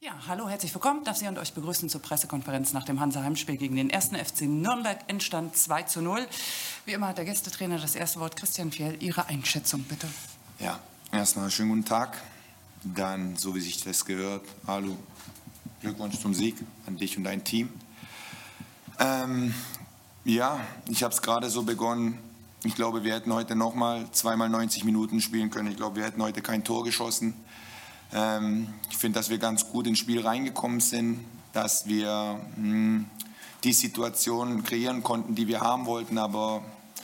Ja, hallo, herzlich willkommen. Darf Sie und euch begrüßen zur Pressekonferenz nach dem Hansa-Heimspiel gegen den 1. FC Nürnberg. Endstand 2:0. Wie immer hat der Gästetrainer das erste Wort. Christian Fjell, Ihre Einschätzung bitte. Ja, erstmal schönen guten Tag. Dann, so wie sich das gehört, hallo, Glückwunsch zum Sieg an dich und dein Team. Ja, ich habe es gerade so begonnen. Ich glaube, wir hätten heute nochmal zweimal 90 Minuten spielen können. Ich glaube, wir hätten heute kein Tor geschossen. Ich finde, dass wir ganz gut ins Spiel reingekommen sind, dass wir die Situation kreieren konnten, die wir haben wollten, aber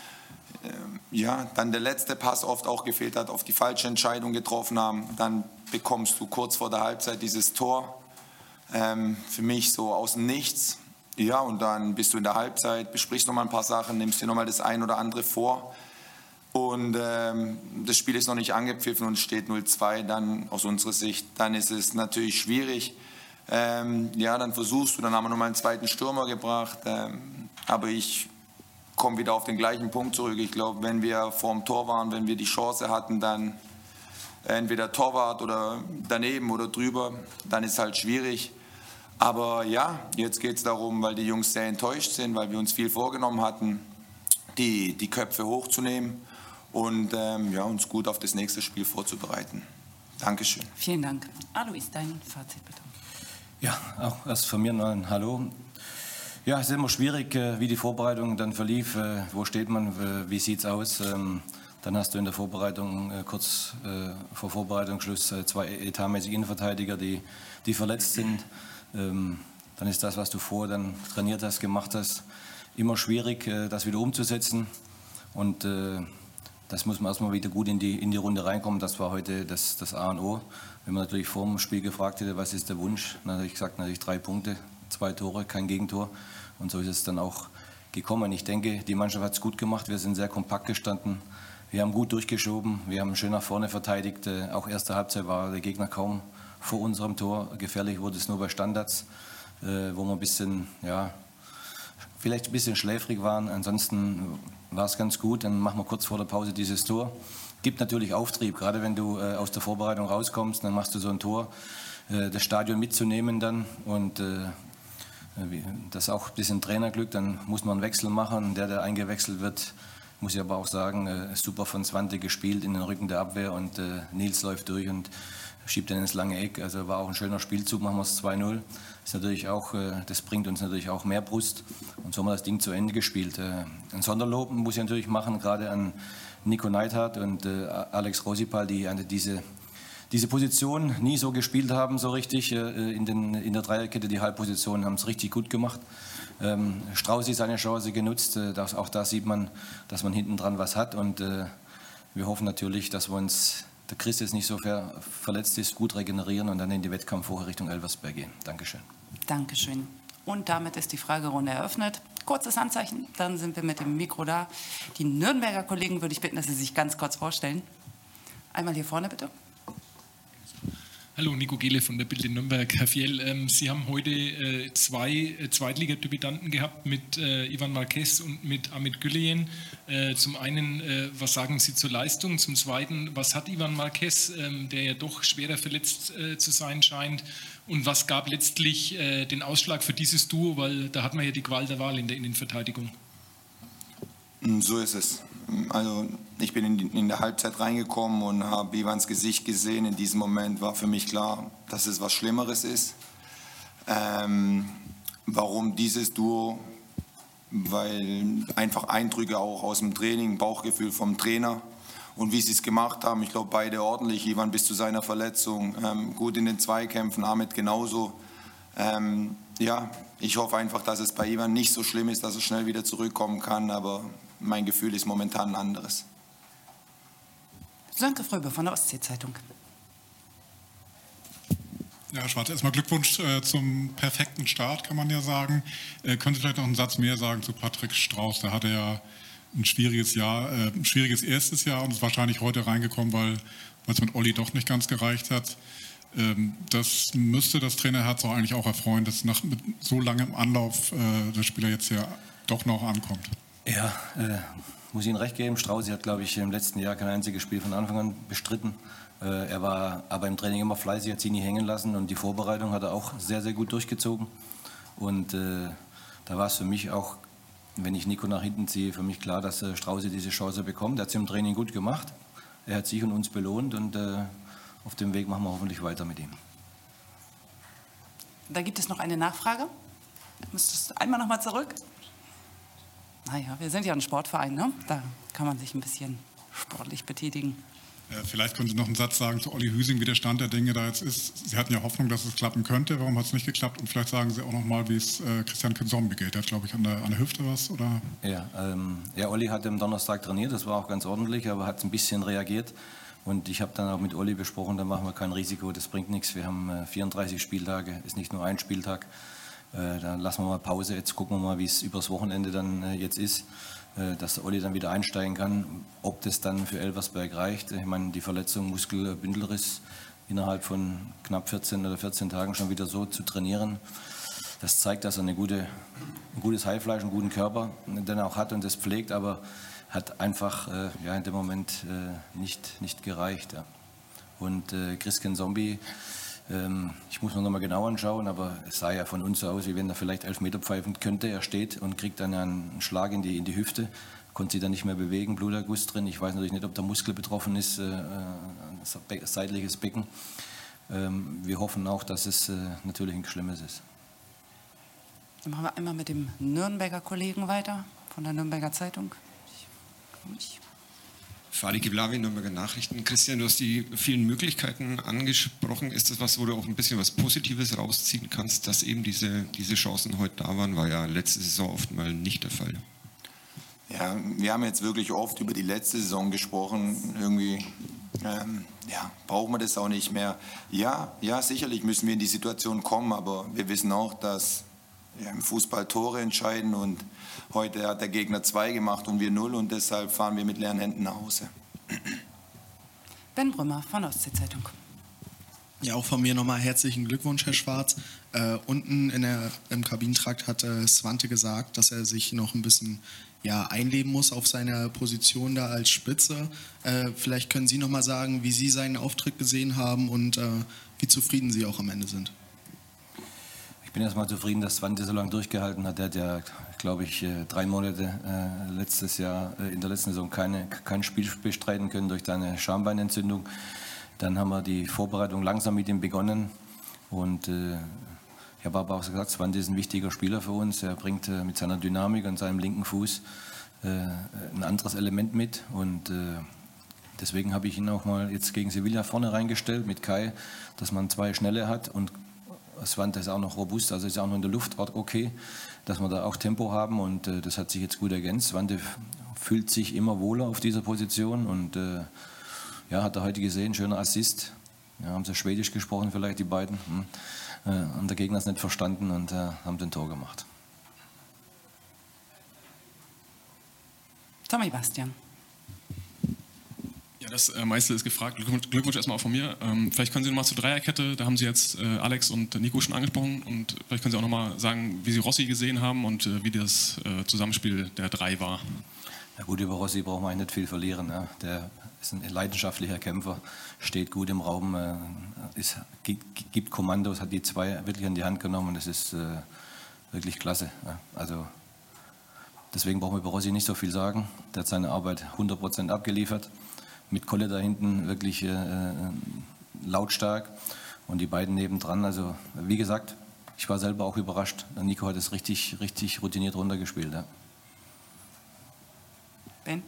ja, dann der letzte Pass oft auch gefehlt hat, auf die falsche Entscheidung getroffen haben. Dann bekommst du kurz vor der Halbzeit dieses Tor, für mich so aus dem Nichts. Ja, und dann bist du in der Halbzeit, besprichst nochmal ein paar Sachen, nimmst dir nochmal das ein oder andere vor. Und das Spiel ist noch nicht angepfiffen und steht 0:2, dann aus unserer Sicht, dann ist es natürlich schwierig. Ja, dann versuchst du, dann haben wir nochmal einen zweiten Stürmer gebracht, aber ich komme wieder auf den gleichen Punkt zurück. Ich glaube, wenn wir vorm Tor waren, wenn wir die Chance hatten, dann entweder Torwart oder daneben oder drüber, dann ist es halt schwierig. Aber ja, jetzt geht es darum, weil die Jungs sehr enttäuscht sind, weil wir uns viel vorgenommen hatten, die Köpfe hochzunehmen und ja, uns gut auf das nächste Spiel vorzubereiten. Dankeschön. Vielen Dank. Alois, dein Fazit bitte. Ja, auch erst von mir noch ein Hallo. Ja, es ist immer schwierig, wie die Vorbereitung dann verlief. Wo steht man, wie sieht es aus? Dann hast du in der Vorbereitung, kurz vor Vorbereitungsschluss, zwei etatmäßige Innenverteidiger, die verletzt sind. Dann ist das, was du vorher dann trainiert hast, gemacht hast, immer schwierig, das wieder umzusetzen. Und das muss man erstmal wieder gut in die Runde reinkommen. Das war heute das A und O. Wenn man natürlich vor dem Spiel gefragt hätte, was ist der Wunsch, dann habe ich gesagt, natürlich 3 Punkte, 2 Tore, kein Gegentor. Und so ist es dann auch gekommen. Ich denke, die Mannschaft hat es gut gemacht. Wir sind sehr kompakt gestanden. Wir haben gut durchgeschoben. Wir haben schön nach vorne verteidigt. Auch erste Halbzeit war der Gegner kaum vor unserem Tor. Gefährlich wurde es nur bei Standards, wo wir ein bisschen, ja, vielleicht ein bisschen schläfrig waren. Ansonsten war es ganz gut. Dann machen wir kurz vor der Pause dieses Tor. Gibt natürlich Auftrieb, gerade wenn du aus der Vorbereitung rauskommst, dann machst du so ein Tor, das Stadion mitzunehmen dann und das ist auch ein bisschen Trainerglück, dann muss man einen Wechsel machen. Der eingewechselt wird, muss ich aber auch sagen, super von Swante gespielt in den Rücken der Abwehr und Nils läuft durch und schiebt dann ins lange Eck. Also war auch ein schöner Spielzug, machen wir es 2:0. Ist natürlich auch, das bringt uns natürlich auch mehr Brust und so haben wir das Ding zu Ende gespielt. Ein Sonderlob muss ich natürlich machen, gerade an Nico Neidhardt und Alex Rosipal, die diese Position nie so gespielt haben, so richtig in der Dreierkette, die Halbposition haben es richtig gut gemacht. Straußi seine Chance genutzt, auch da sieht man, dass man hinten dran was hat und wir hoffen natürlich, dass wir uns, der Chris jetzt nicht so verletzt ist, gut regenerieren und dann in die Wettkampfwoche Richtung Elversberg gehen. Dankeschön. Dankeschön. Und damit ist die Fragerunde eröffnet. Kurzes Handzeichen, dann sind wir mit dem Mikro da. Die Nürnberger Kollegen würde ich bitten, dass Sie sich ganz kurz vorstellen. Einmal hier vorne bitte. Hallo, Nico Gehle von der Bild in Nürnberg. Herr Fjell, Sie haben heute 2 Zweitligadebütanten gehabt mit Ivan Marquez und mit Amit Güleyen. Zum einen, was sagen Sie zur Leistung? Zum zweiten, was hat Ivan Marquez, der ja doch schwerer verletzt zu sein scheint? Und was gab letztlich den Ausschlag für dieses Duo? Weil da hat man ja die Qual der Wahl in der Innenverteidigung. So ist es. Also ich bin in der Halbzeit reingekommen und habe Ivans Gesicht gesehen. In diesem Moment war für mich klar, dass es was Schlimmeres ist. Warum dieses Duo? Weil einfach Eindrücke auch aus dem Training, Bauchgefühl vom Trainer und wie sie es gemacht haben. Ich glaube, beide ordentlich. Ivan bis zu seiner Verletzung, gut in den Zweikämpfen, Amit genauso. Ja, ich hoffe einfach, dass es bei Ivan nicht so schlimm ist, dass er schnell wieder zurückkommen kann, aber mein Gefühl ist momentan ein anderes. Sönke Fröbe von der Ostsee-Zeitung. Ja, Herr Schwarz, erstmal Glückwunsch zum perfekten Start, kann man ja sagen. Können Sie vielleicht noch einen Satz mehr sagen zu Patrick Strauß? Der hatte ja ein schwieriges Jahr, ein schwieriges erstes Jahr und ist wahrscheinlich heute reingekommen, weil es mit Olli doch nicht ganz gereicht hat. Das müsste das Trainerherz auch eigentlich auch erfreuen, dass mit so langem Anlauf der Spieler jetzt ja doch noch ankommt. Ja, muss ich Ihnen recht geben. Straußi hat, glaube ich, im letzten Jahr kein einziges Spiel von Anfang an bestritten. Er war aber im Training immer fleißig, hat sich nie hängen lassen und die Vorbereitung hat er auch sehr, sehr gut durchgezogen. Und da war es für mich auch, wenn ich Nico nach hinten ziehe, für mich klar, dass Strauße diese Chance bekommt. Er hat es im Training gut gemacht. Er hat sich und uns belohnt und auf dem Weg machen wir hoffentlich weiter mit ihm. Da gibt es noch eine Nachfrage. Müsstest du einmal noch mal zurück? Naja, wir sind ja ein Sportverein, ne? Da kann man sich ein bisschen sportlich betätigen. Vielleicht können Sie noch einen Satz sagen zu Olli Hüsing, wie der Stand der Dinge da jetzt ist. Sie hatten ja Hoffnung, dass es klappen könnte. Warum hat es nicht geklappt? Und vielleicht sagen Sie auch noch mal, wie es Christian Kinzombie geht. Der hat, glaube ich, an der Hüfte was, oder? Ja, Olli hat am Donnerstag trainiert. Das war auch ganz ordentlich, aber hat ein bisschen reagiert. Und ich habe dann auch mit Olli besprochen, da machen wir kein Risiko, das bringt nichts. Wir haben 34 Spieltage, ist nicht nur ein Spieltag. Dann lassen wir mal Pause. Jetzt gucken wir mal, wie es übers Wochenende dann jetzt ist. Dass der Olli dann wieder einsteigen kann. Ob das dann für Elversberg reicht, ich meine, die Verletzung Muskelbündelriss innerhalb von knapp 14 oder 14 Tagen schon wieder so zu trainieren, das zeigt, dass er ein gutes Heilfleisch, einen guten Körper den er auch hat und das pflegt, aber hat einfach in dem Moment nicht gereicht. Ja. Und Christian Zombie, ich muss mir noch mal genau anschauen, aber es sah ja von uns so aus, wie wenn er vielleicht 11 Meter pfeifen könnte. Er steht und kriegt dann einen Schlag in die Hüfte, konnte sich dann nicht mehr bewegen, Bluterguss drin. Ich weiß natürlich nicht, ob der Muskel betroffen ist, seitliches Becken. Wir hoffen auch, dass es natürlich nichts Schlimmes ist. Dann machen wir einmal mit dem Nürnberger Kollegen weiter, von der Nürnberger Zeitung. Fadi Kiblavi, Nürnberger Nachrichten. Christian, du hast die vielen Möglichkeiten angesprochen. Ist das was, wo du auch ein bisschen was Positives rausziehen kannst, dass eben diese Chancen heute da waren? War ja letzte Saison oft mal nicht der Fall. Ja, wir haben jetzt wirklich oft über die letzte Saison gesprochen. Irgendwie brauchen wir das auch nicht mehr. Ja, sicherlich müssen wir in die Situation kommen, aber wir wissen auch, dass im Fußball Tore entscheiden und heute hat der Gegner 2 gemacht und wir 0 und deshalb fahren wir mit leeren Händen nach Hause. Ben Brümmer von der Ostsee-Zeitung. Ja, auch von mir nochmal herzlichen Glückwunsch, Herr Schwarz. Unten im Kabinentrakt hat Svante gesagt, dass er sich noch ein bisschen einleben muss auf seiner Position da als Spitze. Vielleicht können Sie nochmal sagen, wie Sie seinen Auftritt gesehen haben und wie zufrieden Sie auch am Ende sind. Ich bin erstmal zufrieden, dass Svante so lange durchgehalten hat. Er hat ja, glaube ich, 3 Monate letztes Jahr in der letzten Saison kein Spiel bestreiten können durch eine Schambeinentzündung. Dann haben wir die Vorbereitung langsam mit ihm begonnen. Und ich habe aber auch gesagt, Svante ist ein wichtiger Spieler für uns. Er bringt mit seiner Dynamik und seinem linken Fuß ein anderes Element mit. Und deswegen habe ich ihn auch mal jetzt gegen Sevilla vorne reingestellt mit Kai, dass man 2 Schnelle hat. Und Svante ist auch noch robust, also ist auch noch in der Luft okay, dass wir da auch Tempo haben und das hat sich jetzt gut ergänzt. Svante fühlt sich immer wohler auf dieser Position und hat er heute gesehen, schöner Assist. Ja, haben sie Schwedisch gesprochen vielleicht, die beiden. Und der Gegner ist nicht verstanden und haben den Tor gemacht. Tommy Bastian. Ja, das meiste ist gefragt. Glückwunsch erstmal auch von mir. Vielleicht können Sie noch mal zur Dreierkette, da haben Sie jetzt Alex und Nico schon angesprochen und vielleicht können Sie auch noch mal sagen, wie Sie Rossi gesehen haben und wie das Zusammenspiel der 3 war. Ja gut, über Rossi brauchen wir eigentlich nicht viel verlieren. Ja. Der ist ein leidenschaftlicher Kämpfer, steht gut im Raum, gibt Kommandos, hat die 2 wirklich an die Hand genommen und das ist wirklich klasse. Ja. Also deswegen brauchen wir über Rossi nicht so viel sagen. Der hat seine Arbeit 100% abgeliefert. Mit Kolle da hinten wirklich lautstark und die beiden nebendran. Also wie gesagt, ich war selber auch überrascht. Nico hat es richtig routiniert runtergespielt. Ja. Ben?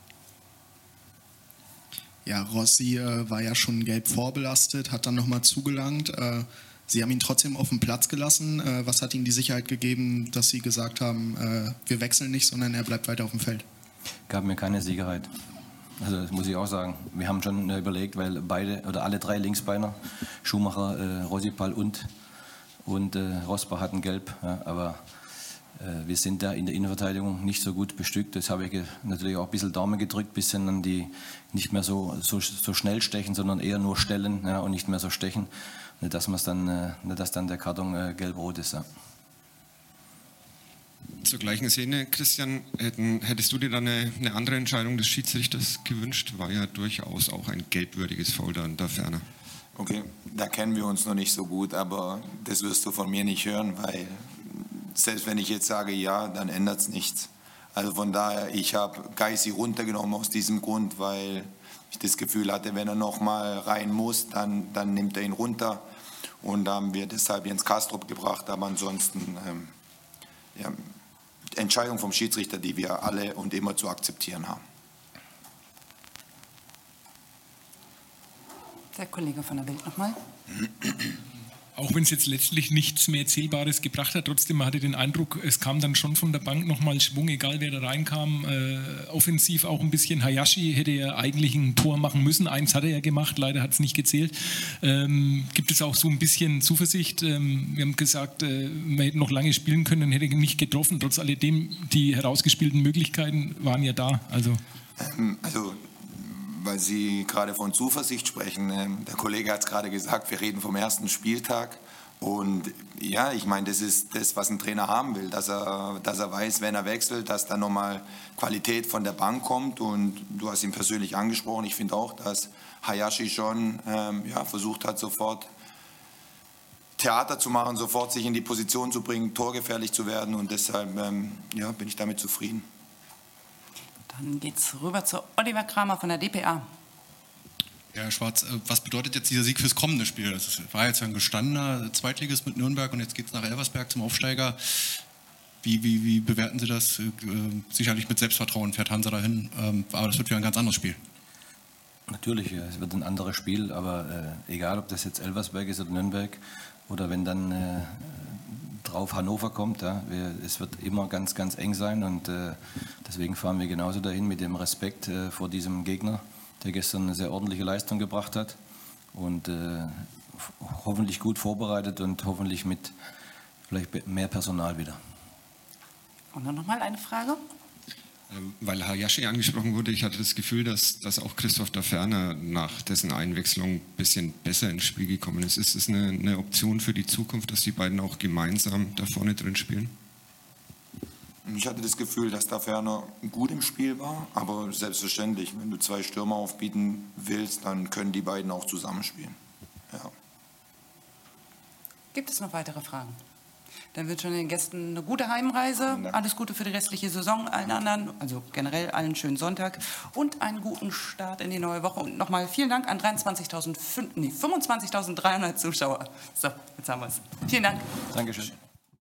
Ja, Rossi war ja schon gelb vorbelastet, hat dann nochmal zugelangt. Sie haben ihn trotzdem auf den Platz gelassen. Was hat Ihnen die Sicherheit gegeben, dass Sie gesagt haben, wir wechseln nicht, sondern er bleibt weiter auf dem Feld? Gab mir keine Sicherheit. Also das muss ich auch sagen. Wir haben schon überlegt, weil alle 3 Linksbeiner, Schumacher, Rossipal und Rosbach hatten Gelb. Ja, aber wir sind da in der Innenverteidigung nicht so gut bestückt. Das habe ich natürlich auch ein bisschen Daumen gedrückt, bis dann die nicht mehr so schnell stechen, sondern eher nur stellen, ja, und nicht mehr so stechen. Nicht, dass dann der Karton gelb-rot ist. Ja. Zur gleichen Szene, Christian, hättest du dir dann eine andere Entscheidung des Schiedsrichters gewünscht? War ja durchaus auch ein gelbwürdiges Foul da ferner. Okay, da kennen wir uns noch nicht so gut, aber das wirst du von mir nicht hören, weil selbst wenn ich jetzt sage ja, dann ändert es nichts. Also von daher, ich habe Geissi runtergenommen aus diesem Grund, weil ich das Gefühl hatte, wenn er noch mal rein muss, dann nimmt er ihn runter. Und da haben wir deshalb Jens Kastrup gebracht, aber ansonsten Entscheidung vom Schiedsrichter, die wir alle und immer zu akzeptieren haben. Der Kollege von der Bild nochmal. Auch wenn es jetzt letztlich nichts mehr Zählbares gebracht hat, trotzdem man hatte den Eindruck, es kam dann schon von der Bank nochmal Schwung, egal wer da reinkam. Offensiv auch ein bisschen. Hayashi hätte ja eigentlich ein Tor machen müssen. Eins hat er ja gemacht, leider hat es nicht gezählt. Gibt es auch so ein bisschen Zuversicht? Wir haben gesagt, man hätte noch lange spielen können, hätte nicht getroffen. Trotz alledem, die herausgespielten Möglichkeiten waren ja da. Also weil Sie gerade von Zuversicht sprechen. Der Kollege hat es gerade gesagt, wir reden vom ersten Spieltag. Und ja, ich meine, das ist das, was ein Trainer haben will, dass er weiß, wenn er wechselt, dass da nochmal Qualität von der Bank kommt. Und du hast ihn persönlich angesprochen. Ich finde auch, dass Hayashi schon versucht hat, sofort Theater zu machen, sofort sich in die Position zu bringen, torgefährlich zu werden. Und deshalb bin ich damit zufrieden. Dann geht es rüber zu Oliver Kramer von der dpa. Ja, Herr Schwarz, was bedeutet jetzt dieser Sieg fürs kommende Spiel? Das war jetzt ein gestandener Zweitligist mit Nürnberg und jetzt geht es nach Elversberg zum Aufsteiger. Wie bewerten Sie das? Sicherlich mit Selbstvertrauen fährt Hansa dahin, aber das wird ja ein ganz anderes Spiel. Natürlich, es wird ein anderes Spiel, aber egal, ob das jetzt Elversberg ist oder Nürnberg oder wenn dann drauf Hannover kommt, es wird immer ganz, ganz eng sein und deswegen fahren wir genauso dahin mit dem Respekt vor diesem Gegner, der gestern eine sehr ordentliche Leistung gebracht hat und hoffentlich gut vorbereitet und hoffentlich mit vielleicht mehr Personal wieder. Und dann nochmal eine Frage. Weil Hayashi angesprochen wurde, ich hatte das Gefühl, dass auch Christoph Daferner nach dessen Einwechslung ein bisschen besser ins Spiel gekommen ist. Ist es eine Option für die Zukunft, dass die beiden auch gemeinsam da vorne drin spielen? Ich hatte das Gefühl, dass Daferner gut im Spiel war, aber selbstverständlich, wenn du zwei Stürmer aufbieten willst, dann können die beiden auch zusammenspielen. Ja. Gibt es noch weitere Fragen? Dann wünschen wir den Gästen eine gute Heimreise, alles Gute für die restliche Saison, allen anderen, also generell allen schönen Sonntag und einen guten Start in die neue Woche. Und nochmal vielen Dank an 25.300 Zuschauer. So, jetzt haben wir es. Vielen Dank. Dankeschön.